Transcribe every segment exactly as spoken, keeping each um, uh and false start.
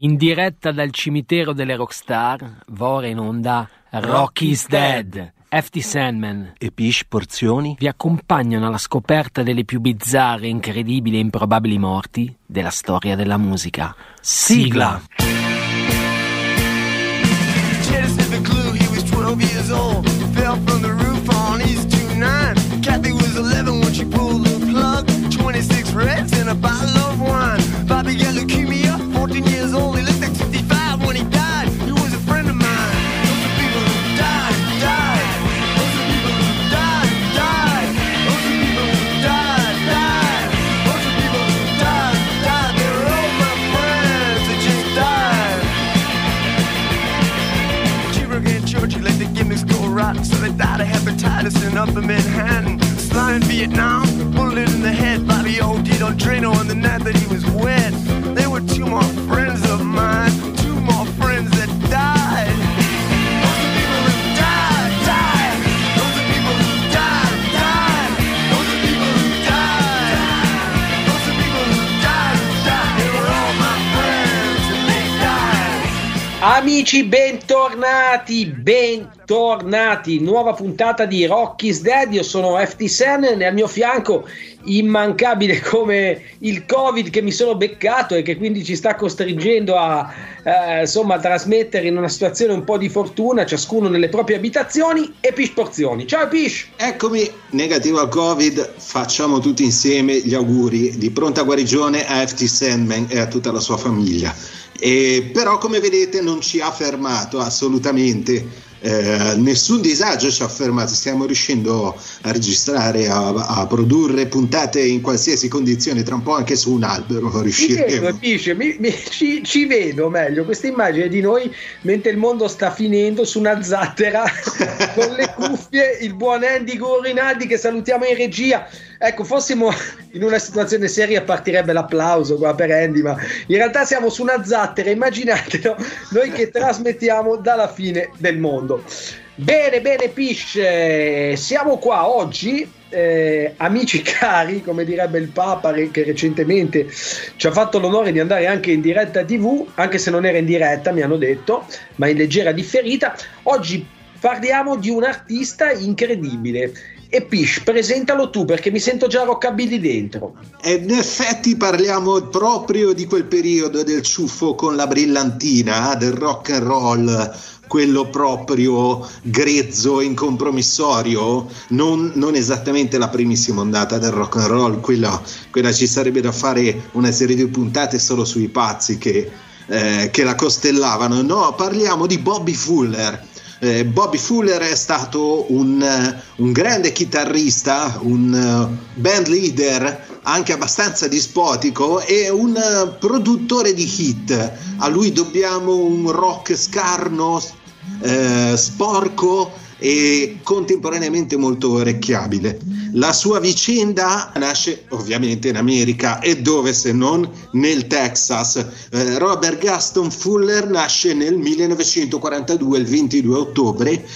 In diretta dal cimitero delle rockstar, va ora in onda Rocky's Dead. F T Sandman e Pish Porzioni vi accompagnano alla scoperta delle più bizzarre, incredibili e improbabili morti della storia della musica. Sigla! So they died of hepatitis in Upper Manhattan. Slime in Vietnam, bullet in the head. Bobby O D'd on Drano on the night that he was wet. They were two more friends of mine, two more friends that died. Those are people who died, died. Those are people who died, died. Those are people who died. Those are people who died, died. They were all my friends and they died. Amici, bentornati, bentornati. Tornati, nuova puntata di Rocky's Dead. Io sono F T Sandman e al mio fianco, immancabile come il Covid che mi sono beccato e che quindi ci sta costringendo a eh, insomma a trasmettere in una situazione un po' di fortuna, ciascuno nelle proprie abitazioni, e Pish Porzioni. Ciao Pish! Eccomi, negativo al Covid, facciamo tutti insieme gli auguri di pronta guarigione a F T Sandman e a tutta la sua famiglia. E però, come vedete, non ci ha fermato assolutamente. Eh, nessun disagio ci ha fermato, stiamo riuscendo a registrare, a, a produrre puntate in qualsiasi condizione, tra un po' anche su un albero riusciremo. Mi vedo, mi, mi, ci, ci vedo meglio questa immagine di noi mentre il mondo sta finendo su una zattera con le cuffie, il buon Andy Rinaldi che salutiamo in regia. Ecco, fossimo in una situazione seria partirebbe l'applauso qua per Andy, ma in realtà siamo su una zattera, immaginatelo, noi che trasmettiamo dalla fine del mondo. Bene, bene Pish, eh, siamo qua oggi, eh, amici cari, come direbbe il Papa, che recentemente ci ha fatto l'onore di andare anche in diretta tivù, anche se non era in diretta, mi hanno detto, ma in leggera differita. Oggi parliamo di un artista incredibile. E Pish, presentalo tu perché mi sento già rockabilly dentro. E in effetti parliamo proprio di quel periodo del ciuffo con la brillantina, del rock and roll, quello proprio grezzo, incompromissorio, non, non esattamente la primissima ondata del rock and roll, quella, quella ci sarebbe da fare una serie di puntate solo sui pazzi che, eh, che la costellavano. No, parliamo di Bobby Fuller. Eh, Bobby Fuller è stato un, uh, un grande chitarrista, un uh, band leader anche abbastanza dispotico e un uh, produttore di hit. A lui dobbiamo un rock scarno, uh, sporco e contemporaneamente molto orecchiabile. La sua vicenda nasce ovviamente in America, e dove se non nel Texas. eh, Robert Gaston Fuller nasce nel millenovecentoquarantadue, il ventidue ottobre,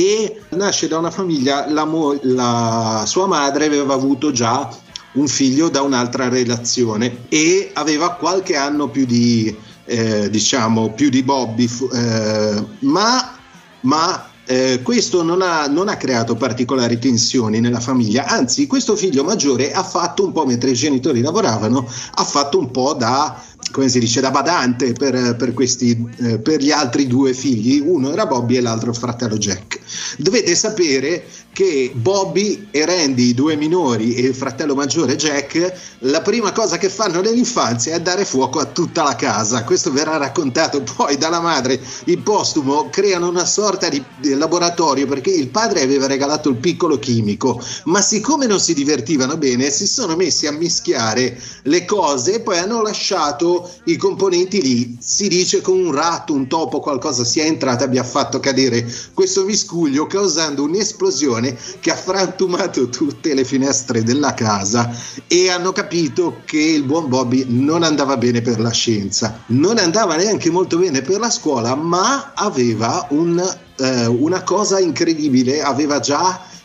e nasce da una famiglia, la, mo- la sua madre aveva avuto già un figlio da un'altra relazione e aveva qualche anno più di eh, diciamo più di Bobby, eh, ma ma Eh, questo non ha, non ha creato particolari tensioni nella famiglia, anzi questo figlio maggiore ha fatto un po', mentre i genitori lavoravano, ha fatto un po' da, come si dice, da badante per, per, questi, eh, per gli altri due figli. Uno era Bobby e l'altro il fratello Jack. Dovete sapere che Bobby e Randy, i due minori, e il fratello maggiore Jack, la prima cosa che fanno nell'infanzia è dare fuoco a tutta la casa. Questo verrà raccontato poi dalla madre in postumo. Creano una sorta di, di laboratorio, perché il padre aveva regalato il piccolo chimico, ma siccome non si divertivano bene si sono messi a mischiare le cose e poi hanno lasciato i componenti lì. Si dice che un ratto, un topo, qualcosa sia entrato e abbia fatto cadere questo miscuglio, causando un'esplosione che ha frantumato tutte le finestre della casa, e hanno capito che il buon Bobby non andava bene per la scienza, non andava neanche molto bene per la scuola, ma aveva un, eh, una cosa incredibile, aveva già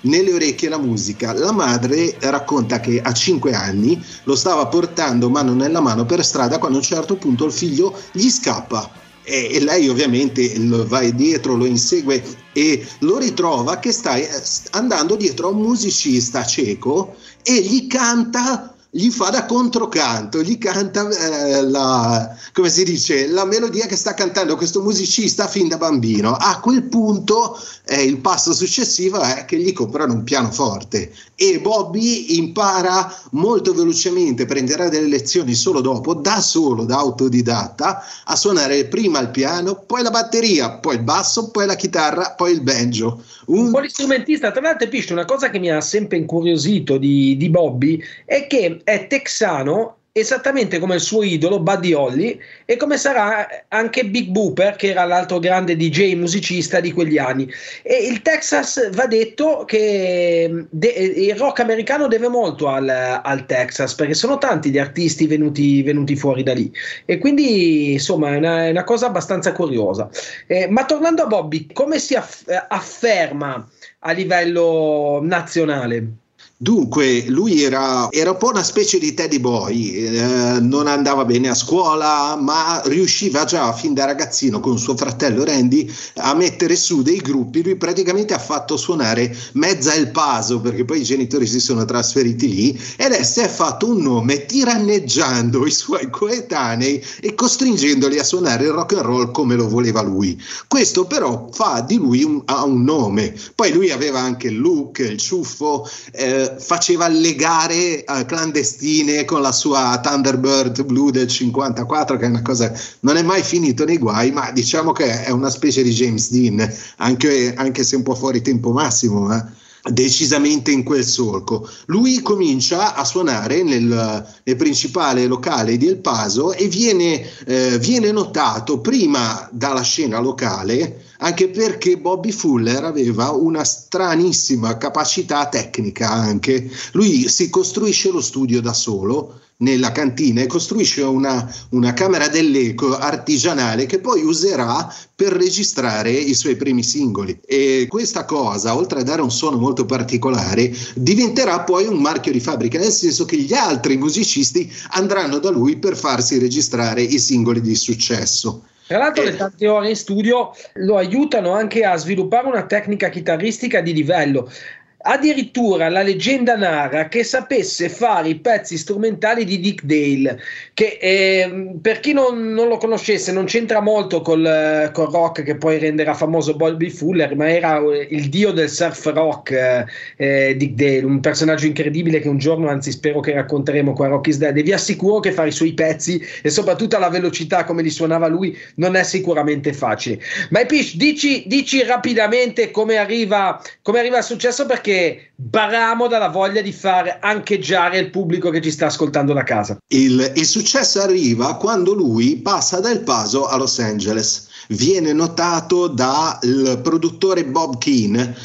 nelle orecchie la musica. La madre racconta che a cinque anni lo stava portando mano nella mano per strada quando a un certo punto il figlio gli scappa e lei ovviamente va dietro, lo insegue e lo ritrova che sta andando dietro a un musicista cieco e gli canta, gli fa da controcanto, gli canta eh, la, come si dice, la melodia che sta cantando questo musicista fin da bambino. A quel punto eh, il passo successivo è che gli comprano un pianoforte e Bobby impara molto velocemente, prenderà delle lezioni solo dopo, da solo, da autodidatta, a suonare prima il piano, poi la batteria, poi il basso, poi la chitarra, poi il banjo. Un, un polistrumentista. Tra l'altro, Pisci, una cosa che mi ha sempre incuriosito di, di Bobby è che è texano esattamente come il suo idolo Buddy Holly e come sarà anche Big Booper, che era l'altro grande D J musicista di quegli anni. E il Texas, va detto che de- il rock americano deve molto al, al Texas, perché sono tanti gli artisti venuti, venuti fuori da lì e quindi insomma è una, è una cosa abbastanza curiosa. Eh, ma tornando a Bobby, come si aff- afferma a livello nazionale? Dunque, lui era, era un po' una specie di Teddy Boy, eh, non andava bene a scuola, ma riusciva già fin da ragazzino con suo fratello Randy a mettere su dei gruppi. Lui praticamente ha fatto suonare mezza El Paso, perché poi i genitori si sono trasferiti lì, ed è, si è fatto un nome tiranneggiando i suoi coetanei e costringendoli a suonare il rock and roll come lo voleva lui. Questo però fa di lui un, ha un nome. Poi lui aveva anche il look, il ciuffo, eh, faceva le gare uh, clandestine con la sua Thunderbird blu del cinquantaquattro, che è una cosa, non è mai finito nei guai, ma diciamo che è una specie di James Dean, anche, anche se un po' fuori tempo massimo, eh? Decisamente in quel solco. Lui comincia a suonare nel, nel principale locale di El Paso e viene, eh, viene notato prima dalla scena locale, anche perché Bobby Fuller aveva una stranissima capacità tecnica anche. Lui si costruisce lo studio da solo nella cantina e costruisce una, una camera dell'eco artigianale che poi userà per registrare i suoi primi singoli, e questa cosa, oltre a dare un suono molto particolare, diventerà poi un marchio di fabbrica, nel senso che gli altri musicisti andranno da lui per farsi registrare i singoli di successo. Tra l'altro Eh. le tante ore in studio lo aiutano anche a sviluppare una tecnica chitarristica di livello. Addirittura la leggenda narra che sapesse fare i pezzi strumentali di Dick Dale, che eh, per chi non, non lo conoscesse non c'entra molto col, col rock che poi renderà famoso Bobby Fuller, ma era il dio del surf rock, eh, eh, Dick Dale, un personaggio incredibile che un giorno, anzi spero che racconteremo qua a Rock is Dead, e vi assicuro che fare i suoi pezzi e soprattutto alla velocità come li suonava lui non è sicuramente facile. Ma Pish, dici, dici rapidamente come arriva, come arriva il successo, perché baramo dalla voglia di far ancheggiare il pubblico che ci sta ascoltando da casa. Il, il successo arriva quando lui passa da El Paso a Los Angeles. Viene notato dal produttore Bob Keane,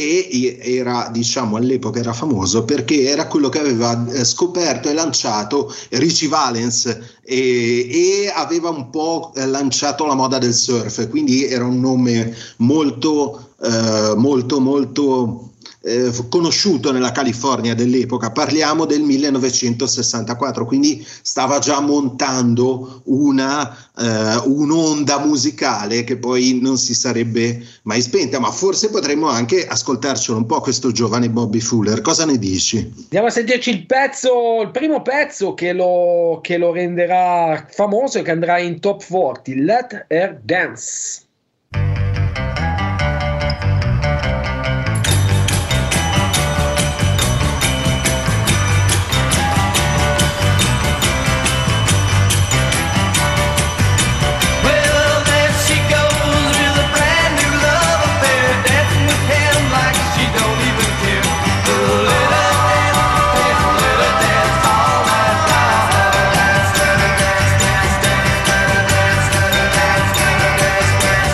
che era, diciamo, all'epoca era famoso perché era quello che aveva scoperto e lanciato Richie Valens e, e aveva un po' lanciato la moda del surf, quindi era un nome molto eh, molto molto Eh, conosciuto nella California dell'epoca. Parliamo del millenovecentosessantaquattro, quindi stava già montando una eh, un'onda musicale che poi non si sarebbe mai spenta, ma forse potremmo anche ascoltarcelo un po' questo giovane Bobby Fuller. Cosa ne dici? Andiamo a sentirci il pezzo, il primo pezzo che lo, che lo renderà famoso e che andrà in top quaranta, Let Her Dance. Dance,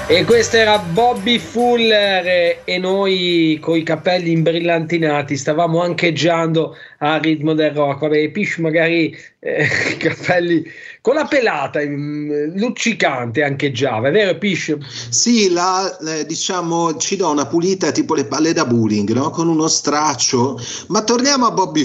E questo era Bobby Fuller e noi coi capelli imbrillantinati stavamo ancheggiando al ritmo del rock. Vabbè, Pish magari eh, capelli con la pelata luccicante ancheggiava, è vero Pish? Sì, la, eh, diciamo ci do una pulita tipo le palle da bowling, no? Con uno straccio. Ma torniamo a Bobby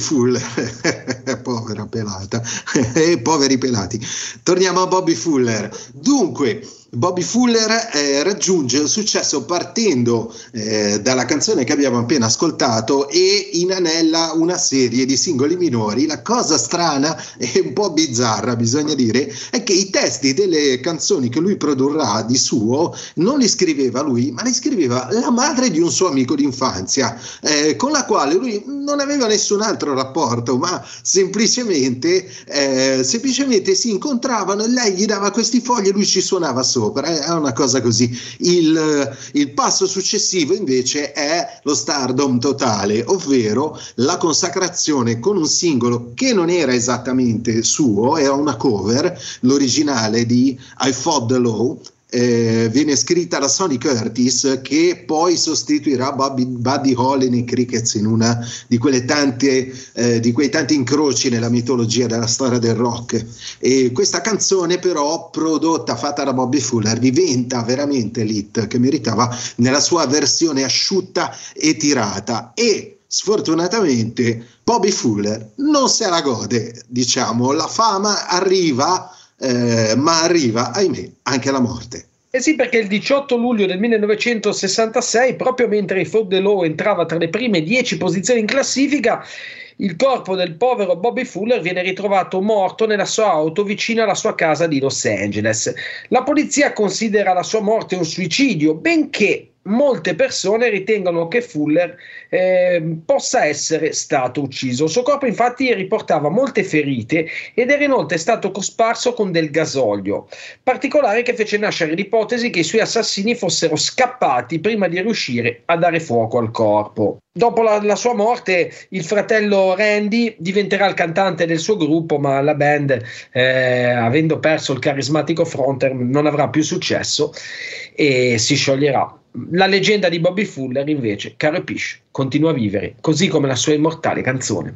Fuller. Povera pelata. E poveri pelati. Torniamo a Bobby Fuller. Dunque Bobby Fuller eh, raggiunge il successo partendo eh, dalla canzone che abbiamo appena ascoltato e inanella una serie di singoli minori. La cosa strana e un po' bizzarra, bisogna dire, è che i testi delle canzoni che lui produrrà di suo non li scriveva lui, ma li scriveva la madre di un suo amico d'infanzia, eh, con la quale lui non aveva nessun altro rapporto, ma semplicemente, eh, semplicemente si incontravano e lei gli dava questi fogli e lui ci suonava sopra. È una cosa così. Il, il passo successivo invece è lo stardom totale, ovvero la consacrazione con un singolo che non era esattamente suo, era una cover, l'originale di I Fought the Law. Eh, viene scritta da Sonny Curtis, che poi sostituirà Bobby, Buddy Holly nei Crickets in una di quelle tante eh, di quei tanti incroci nella mitologia della storia del rock. E questa canzone però prodotta, fatta da Bobby Fuller, diventa veramente l'hit che meritava nella sua versione asciutta e tirata. E sfortunatamente Bobby Fuller non se la gode, diciamo, la fama arriva, Eh, ma arriva, ahimè, anche la morte. Eh sì, perché il diciotto luglio del millenovecentosessantasei, proprio mentre i Fought the Law entrava tra le prime dieci posizioni in classifica, il corpo del povero Bobby Fuller viene ritrovato morto nella sua auto vicino alla sua casa di Los Angeles. La polizia considera la sua morte un suicidio, benché molte persone ritengono che Fuller eh, possa essere stato ucciso. Il suo corpo infatti riportava molte ferite ed era inoltre stato cosparso con del gasolio, particolare che fece nascere l'ipotesi che i suoi assassini fossero scappati prima di riuscire a dare fuoco al corpo. Dopo la, la sua morte, il fratello Randy diventerà il cantante del suo gruppo, ma la band, eh, avendo perso il carismatico frontman, non avrà più successo e si scioglierà. La leggenda di Bobby Fuller, invece, caro Pish, continua a vivere, così come la sua immortale canzone.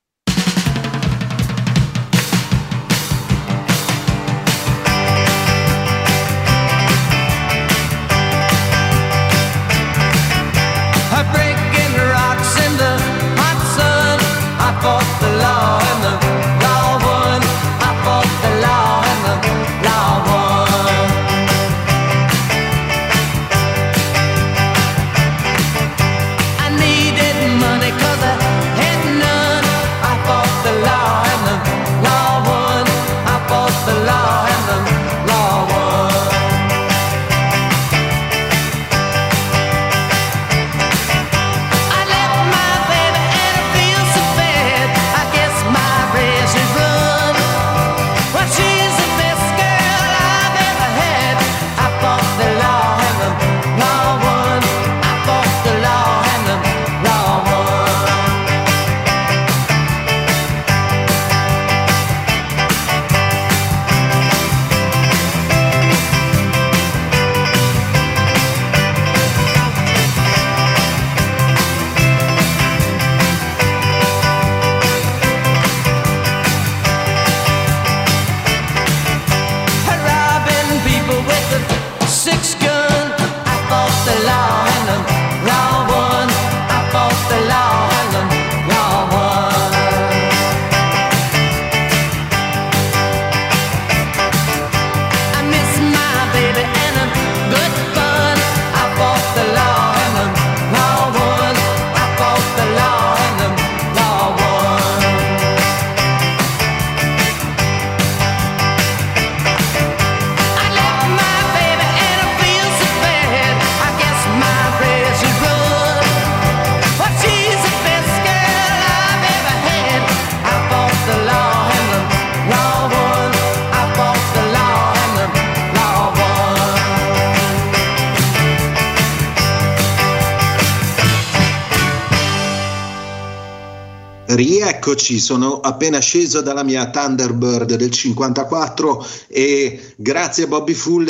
Rieccoci, sono appena sceso dalla mia Thunderbird del cinquantaquattro e grazie a Bobby Fuller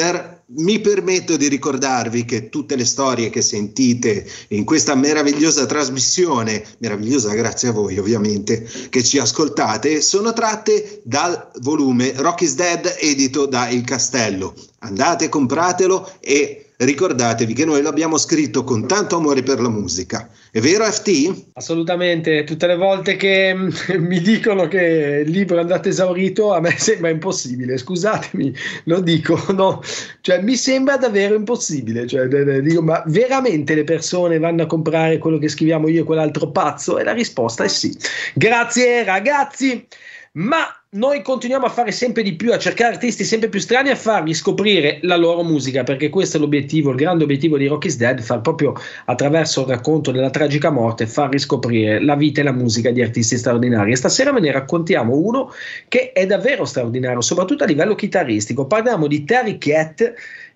mi permetto di ricordarvi che tutte le storie che sentite in questa meravigliosa trasmissione, meravigliosa grazie a voi ovviamente che ci ascoltate, sono tratte dal volume Rock is Dead edito da Il Castello. Andate, compratelo e ricordatevi che noi l'abbiamo scritto con tanto amore per la musica. È vero, F T? Assolutamente, tutte le volte che mi dicono che il libro è andato esaurito a me sembra impossibile, scusatemi, lo dico, no, cioè mi sembra davvero impossibile, cioè dico, ma veramente le persone vanno a comprare quello che scriviamo io e quell'altro pazzo? E la risposta è sì. Grazie ragazzi, ma noi continuiamo a fare sempre di più, a cercare artisti sempre più strani, a fargli scoprire la loro musica, perché questo è l'obiettivo, il grande obiettivo di Rock is Dead, far proprio attraverso il racconto della tragica morte, far riscoprire la vita e la musica di artisti straordinari. E stasera ve ne raccontiamo uno che è davvero straordinario, soprattutto a livello chitarristico. Parliamo di Terry Cat,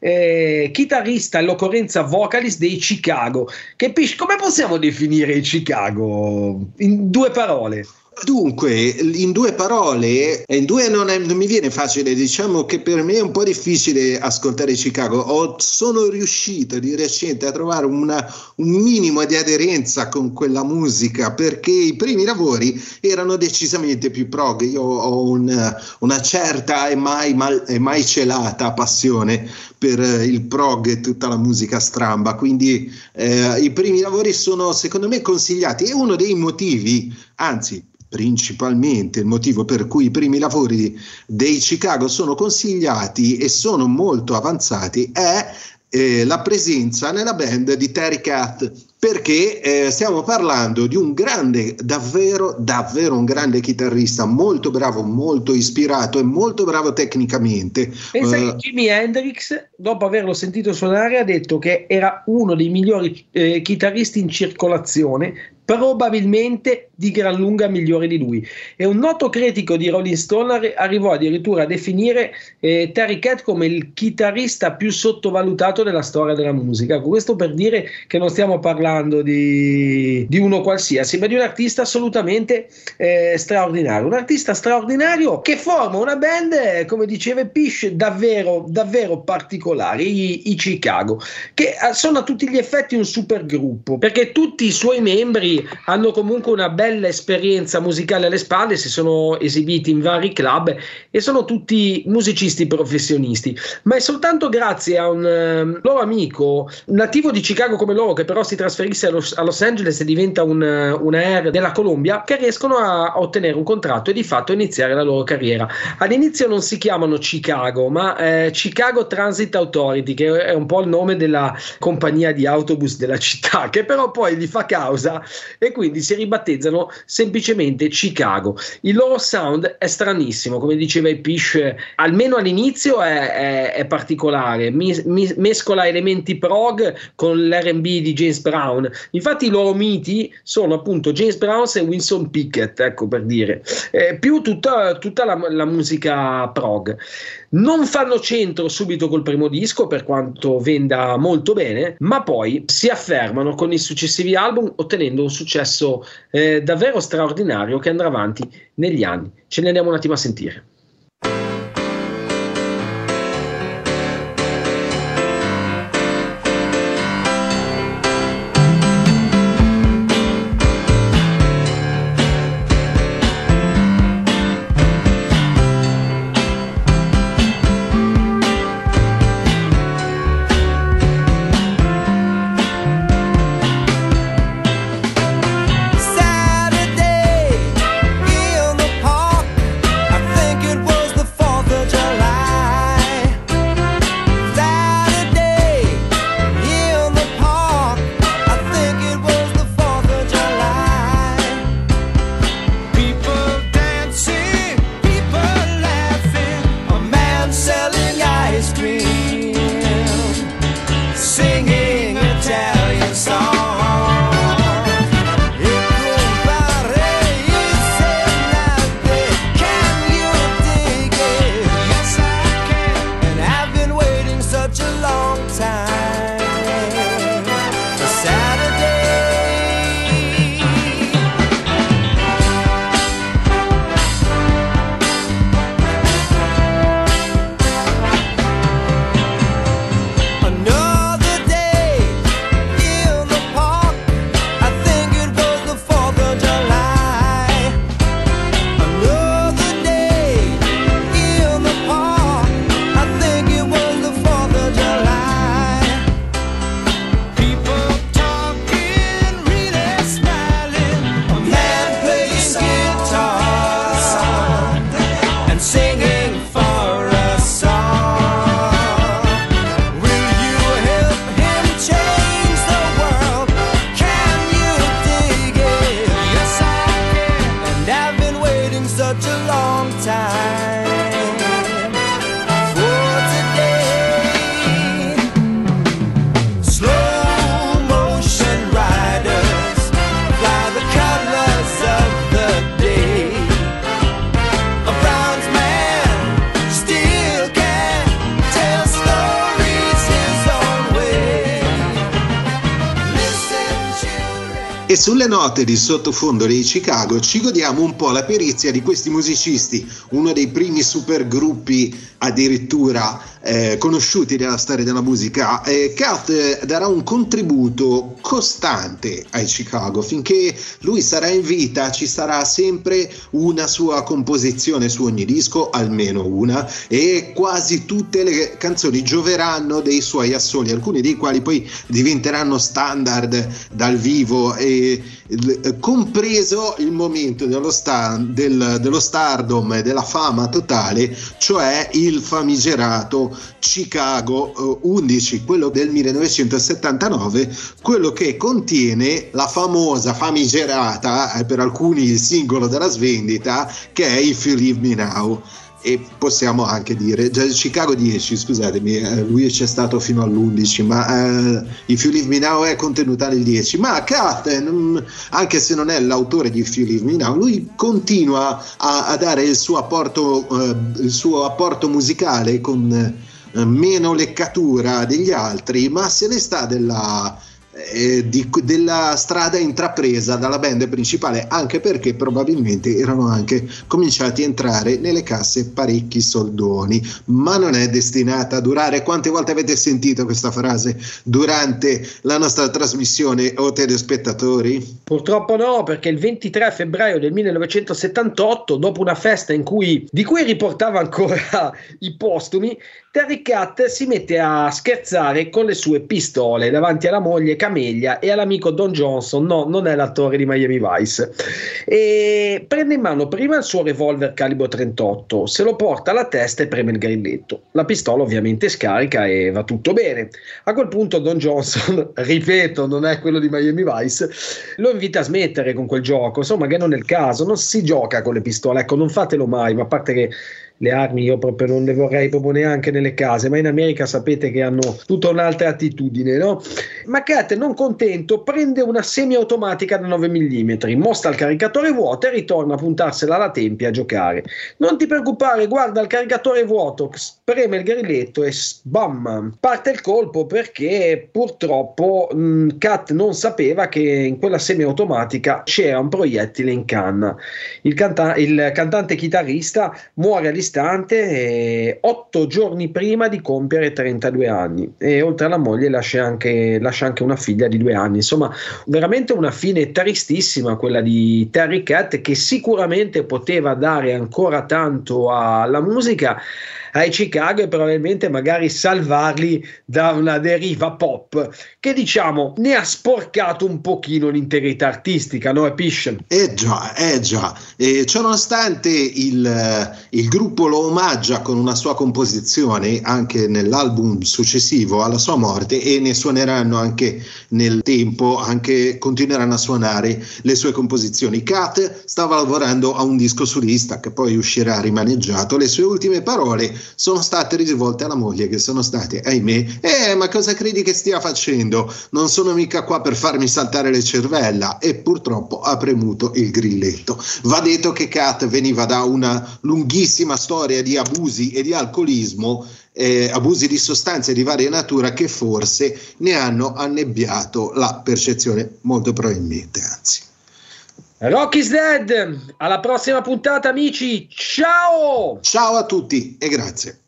eh, chitarrista all'occorrenza vocalist dei Chicago. Che come possiamo definire i Chicago in due parole? Dunque, in due parole, in due non, è, non mi viene facile, diciamo che per me è un po' difficile ascoltare Chicago. Ho, sono riuscito di recente a trovare una, un minimo di aderenza con quella musica, perché i primi lavori erano decisamente più prog. Io ho un, una certa e mai, mal, e mai celata passione per il prog e tutta la musica stramba, quindi eh, i primi lavori sono secondo me consigliati. E uno dei motivi, anzi principalmente il motivo per cui i primi lavori dei Chicago sono consigliati e sono molto avanzati è eh, la presenza nella band di Terry Cat, perché eh, stiamo parlando di un grande, davvero, davvero un grande chitarrista, molto bravo, molto ispirato e molto bravo tecnicamente. Pensa uh, che Jimi Hendrix, dopo averlo sentito suonare, ha detto che era uno dei migliori eh, chitarristi in circolazione, probabilmente di gran lunga migliore di lui. E un noto critico di Rolling Stone arrivò addirittura a definire eh, Terry Cat come il chitarrista più sottovalutato della storia della musica. Questo per dire che non stiamo parlando di, di uno qualsiasi, ma di un artista assolutamente eh, straordinario, un artista straordinario che forma una band, come diceva Pish, davvero davvero particolare, i, i Chicago, che sono a tutti gli effetti un super gruppo, perché tutti i suoi membri hanno comunque una bella esperienza musicale alle spalle, si sono esibiti in vari club e sono tutti musicisti professionisti, ma è soltanto grazie a un um, loro amico nativo di Chicago come loro, che però si trasferisse a Los, a Los Angeles e diventa un, un A R della Columbia, che riescono a, a ottenere un contratto e di fatto iniziare la loro carriera. All'inizio non si chiamano Chicago, ma eh, Chicago Transit Authority, che è un po' il nome della compagnia di autobus della città, che però poi gli fa causa e quindi si ribattezzano semplicemente Chicago. Il loro sound è stranissimo, come diceva Pish, almeno all'inizio è, è, è particolare, mi, mi, mescola elementi prog con l'R and B di James Brown. Infatti i loro miti sono appunto James Brown e Winston Pickett, ecco, per dire, eh, più tutta, tutta la, la musica prog. Non fanno centro subito col primo disco, per quanto venda molto bene, ma poi si affermano con i successivi album, ottenendo un successo eh, davvero straordinario che andrà avanti negli anni. Ce ne andiamo un attimo a sentire. Saturday in the park, I think it E sulle note di sottofondo dei Chicago ci godiamo un po' la perizia di questi musicisti, uno dei primi supergruppi addirittura eh, conosciuti nella storia della musica. eh, Cat eh, darà un contributo costante ai Chicago finché lui sarà in vita. Ci sarà sempre una sua composizione su ogni disco, almeno una, e quasi tutte le canzoni gioveranno dei suoi assoli, alcuni dei quali poi diventeranno standard dal vivo, e compreso il momento dello, sta, del, dello stardom e della fama totale, cioè il famigerato Chicago undici, quello del millenovecentosettantanove, quello che contiene la famosa, famigerata, eh, per alcuni il singolo della svendita, che è If You Leave Me Now. E possiamo anche dire già Chicago dieci, scusatemi, eh, lui c'è stato fino all'undici, ma eh, If You Leave Me Now è contenuta nel dieci. Ma Cat, eh, non, anche se non è l'autore di If You Leave Me Now, lui continua a, a dare il suo apporto eh, il suo apporto musicale con eh, meno leccatura degli altri, ma se ne sta della Eh, di, della strada intrapresa dalla band principale, anche perché probabilmente erano anche cominciati a entrare nelle casse parecchi soldoni. Ma non è destinata a durare. Quante volte avete sentito questa frase durante la nostra trasmissione, o telespettatori? Purtroppo no, perché il ventitré febbraio del millenovecentosettantotto, dopo una festa in cui, di cui riportava ancora i postumi, Terry Cat si mette a scherzare con le sue pistole davanti alla moglie Camellia e all'amico Don Johnson. No, non è l'attore di Miami Vice. E prende in mano prima il suo revolver calibro trentotto, se lo porta alla testa e preme il grilletto. La pistola ovviamente scarica e va tutto bene. A quel punto Don Johnson, ripeto, non è quello di Miami Vice, lo invita a smettere con quel gioco, insomma, che non è il caso, non si gioca con le pistole, ecco, non fatelo mai. Ma a parte che le armi io proprio non le vorrei proprio neanche nelle case, ma in America sapete che hanno tutta un'altra attitudine, no? Ma Cat, non contento, prende una semiautomatica da nove millimetri, mostra il caricatore vuoto e ritorna a puntarsela alla tempia a giocare. Non ti preoccupare, guarda il caricatore vuoto, preme il grilletto e bam, parte il colpo, perché purtroppo mh, Cat non sapeva che in quella semiautomatica c'era un proiettile in canna. Il, canta- il cantante chitarrista muore all'istante, e otto giorni prima di compiere trentadue anni, e oltre alla moglie lascia anche, lascia anche una figlia di due anni. Insomma, veramente una fine tristissima quella di Terry Cat, che sicuramente poteva dare ancora tanto alla musica, ai Chicago, e probabilmente magari salvarli da una deriva pop che, diciamo, ne ha sporcato un pochino l'integrità artistica, no Epish? Eh già, eh già. E ciononostante il, il gruppo lo omaggia con una sua composizione anche nell'album successivo alla sua morte, e ne suoneranno anche nel tempo, anche continueranno a suonare le sue composizioni. Cat stava lavorando a un disco solista che poi uscirà rimaneggiato. Le sue ultime parole sono state rivolte alla moglie, che sono state, ahimè, eh ma cosa credi che stia facendo? Non sono mica qua per farmi saltare le cervella. E purtroppo ha premuto il grilletto. Va detto che Cat veniva da una lunghissima storia di abusi e di alcolismo, eh, abusi di sostanze di varia natura, che forse ne hanno annebbiato la percezione, molto probabilmente, anzi. Rock is Dead, alla prossima puntata amici, ciao! Ciao a tutti e grazie.